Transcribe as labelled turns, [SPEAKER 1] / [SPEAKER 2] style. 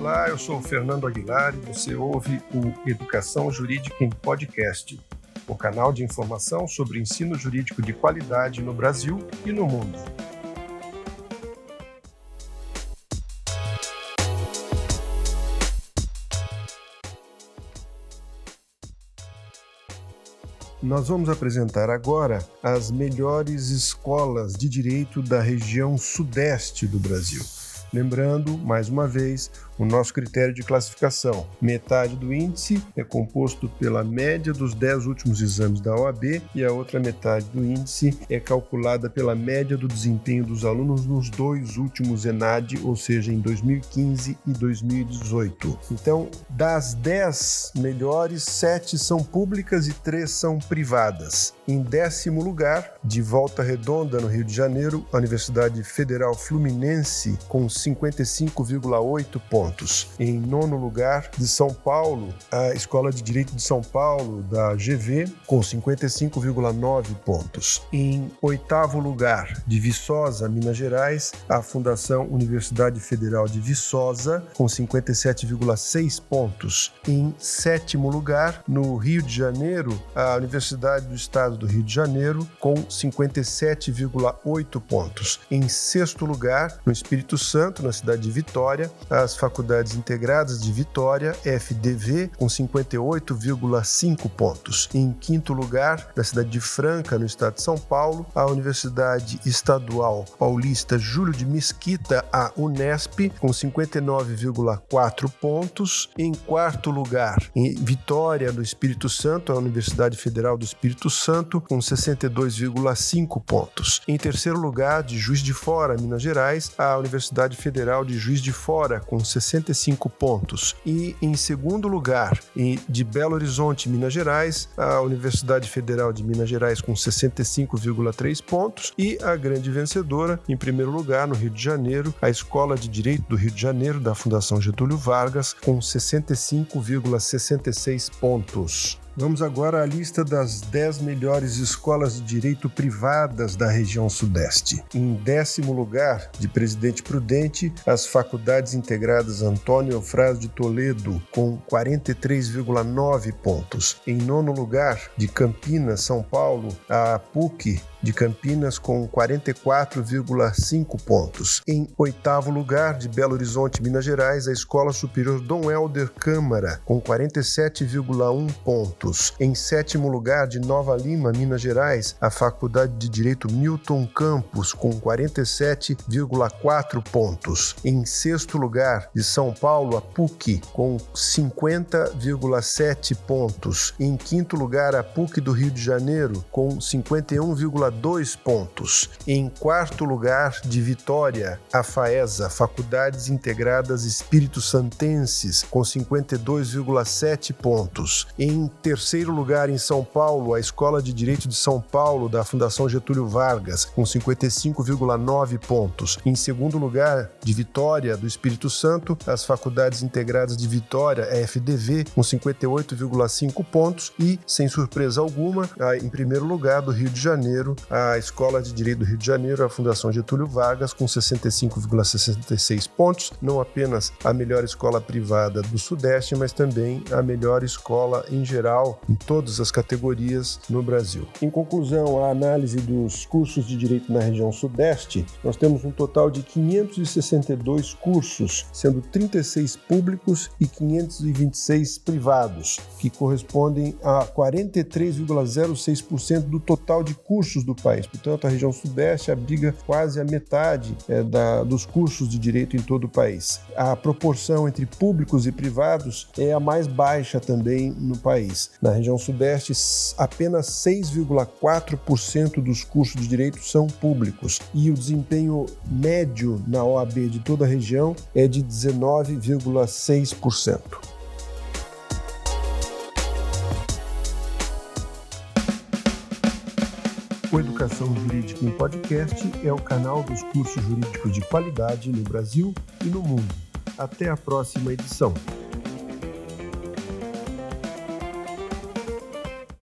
[SPEAKER 1] Olá, eu sou o Fernando Aguilar e você ouve o Educação Jurídica em Podcast, o canal de informação sobre ensino jurídico de qualidade no Brasil e no mundo. Nós vamos apresentar agora as melhores escolas de direito da região sudeste do Brasil. Lembrando, mais uma vez, o nosso critério de classificação. Metade do índice é composto pela média dos 10 últimos exames da OAB e a outra metade do índice é calculada pela média do desempenho dos alunos nos 2 últimos ENAD, ou seja, em 2015 e 2018. Então, das 10 melhores, 7 são públicas e 3 são privadas. Em 10º lugar, de Volta Redonda, no Rio de Janeiro, a Universidade Federal Fluminense, com 55,8 pontos. Em 9º lugar, de São Paulo, a Escola de Direito de São Paulo, da GV, com 55,9 pontos. Em 8º lugar, de Viçosa, Minas Gerais, a Fundação Universidade Federal de Viçosa, com 57,6 pontos. Em 7º lugar, no Rio de Janeiro, a Universidade do Estado do Rio de Janeiro, com 57,8 pontos. Em 6º lugar, no Espírito Santo, na cidade de Vitória, as Faculdades Integradas de Vitória, FDV, com 58,5 pontos. Em 5º lugar, na cidade de Franca, no estado de São Paulo, a Universidade Estadual Paulista Júlio de Mesquita, a Unesp, com 59,4 pontos. Em 4º lugar, em Vitória, do Espírito Santo, a Universidade Federal do Espírito Santo, com 62,5 pontos. Em 3º lugar, de Juiz de Fora, Minas Gerais, a Universidade Federal de Juiz de Fora, com 65 pontos. E em 2º lugar, de Belo Horizonte, Minas Gerais, a Universidade Federal de Minas Gerais, com 65,3 pontos. E a grande vencedora, em 1º lugar, no Rio de Janeiro, a Escola de Direito do Rio de Janeiro, da Fundação Getúlio Vargas, com 65,66 pontos. Vamos agora à lista das 10 melhores escolas de direito privadas da região sudeste. Em 10º lugar, de Presidente Prudente, as Faculdades Integradas Antônio Eufrásio de Toledo, com 43,9 pontos. Em 9º lugar, de Campinas, São Paulo, a PUC de Campinas, com 44,5 pontos. Em 8º lugar, de Belo Horizonte, Minas Gerais, a Escola Superior Dom Helder Câmara, com 47,1 pontos. Em 7º lugar, de Nova Lima, Minas Gerais, a Faculdade de Direito Milton Campos, com 47,4 pontos. Em 6º lugar, de São Paulo, a PUC, com 50,7 pontos. Em 5º lugar, a PUC do Rio de Janeiro, com 51,2 pontos. Em 4º lugar, de Vitória, a FAESA, Faculdades Integradas Espírito Santenses, com 52,7 pontos. Em 3º lugar, em São Paulo, a Escola de Direito de São Paulo, da Fundação Getúlio Vargas, com 55,9 pontos. Em 2º lugar, de Vitória, do Espírito Santo, as Faculdades Integradas de Vitória, FDV, com 58,5 pontos. E, sem surpresa alguma, em 1º lugar, do Rio de Janeiro, a Escola de Direito do Rio de Janeiro, a Fundação Getúlio Vargas, com 65,66 pontos, não apenas a melhor escola privada do Sudeste, mas também a melhor escola em geral, em todas as categorias no Brasil. Em conclusão, a análise dos cursos de Direito na região Sudeste, nós temos um total de 562 cursos, sendo 36 públicos e 526 privados, que correspondem a 43,06% do total de cursos do país. Portanto, a região Sudeste abriga quase a metade dos cursos de direito em todo o país. A proporção entre públicos e privados é a mais baixa também no país. Na região Sudeste, apenas 6,4% dos cursos de direito são públicos e o desempenho médio na OAB de toda a região é de 19,6%. O Educação Jurídica em Podcast é o canal dos cursos jurídicos de qualidade no Brasil e no mundo. Até a próxima edição.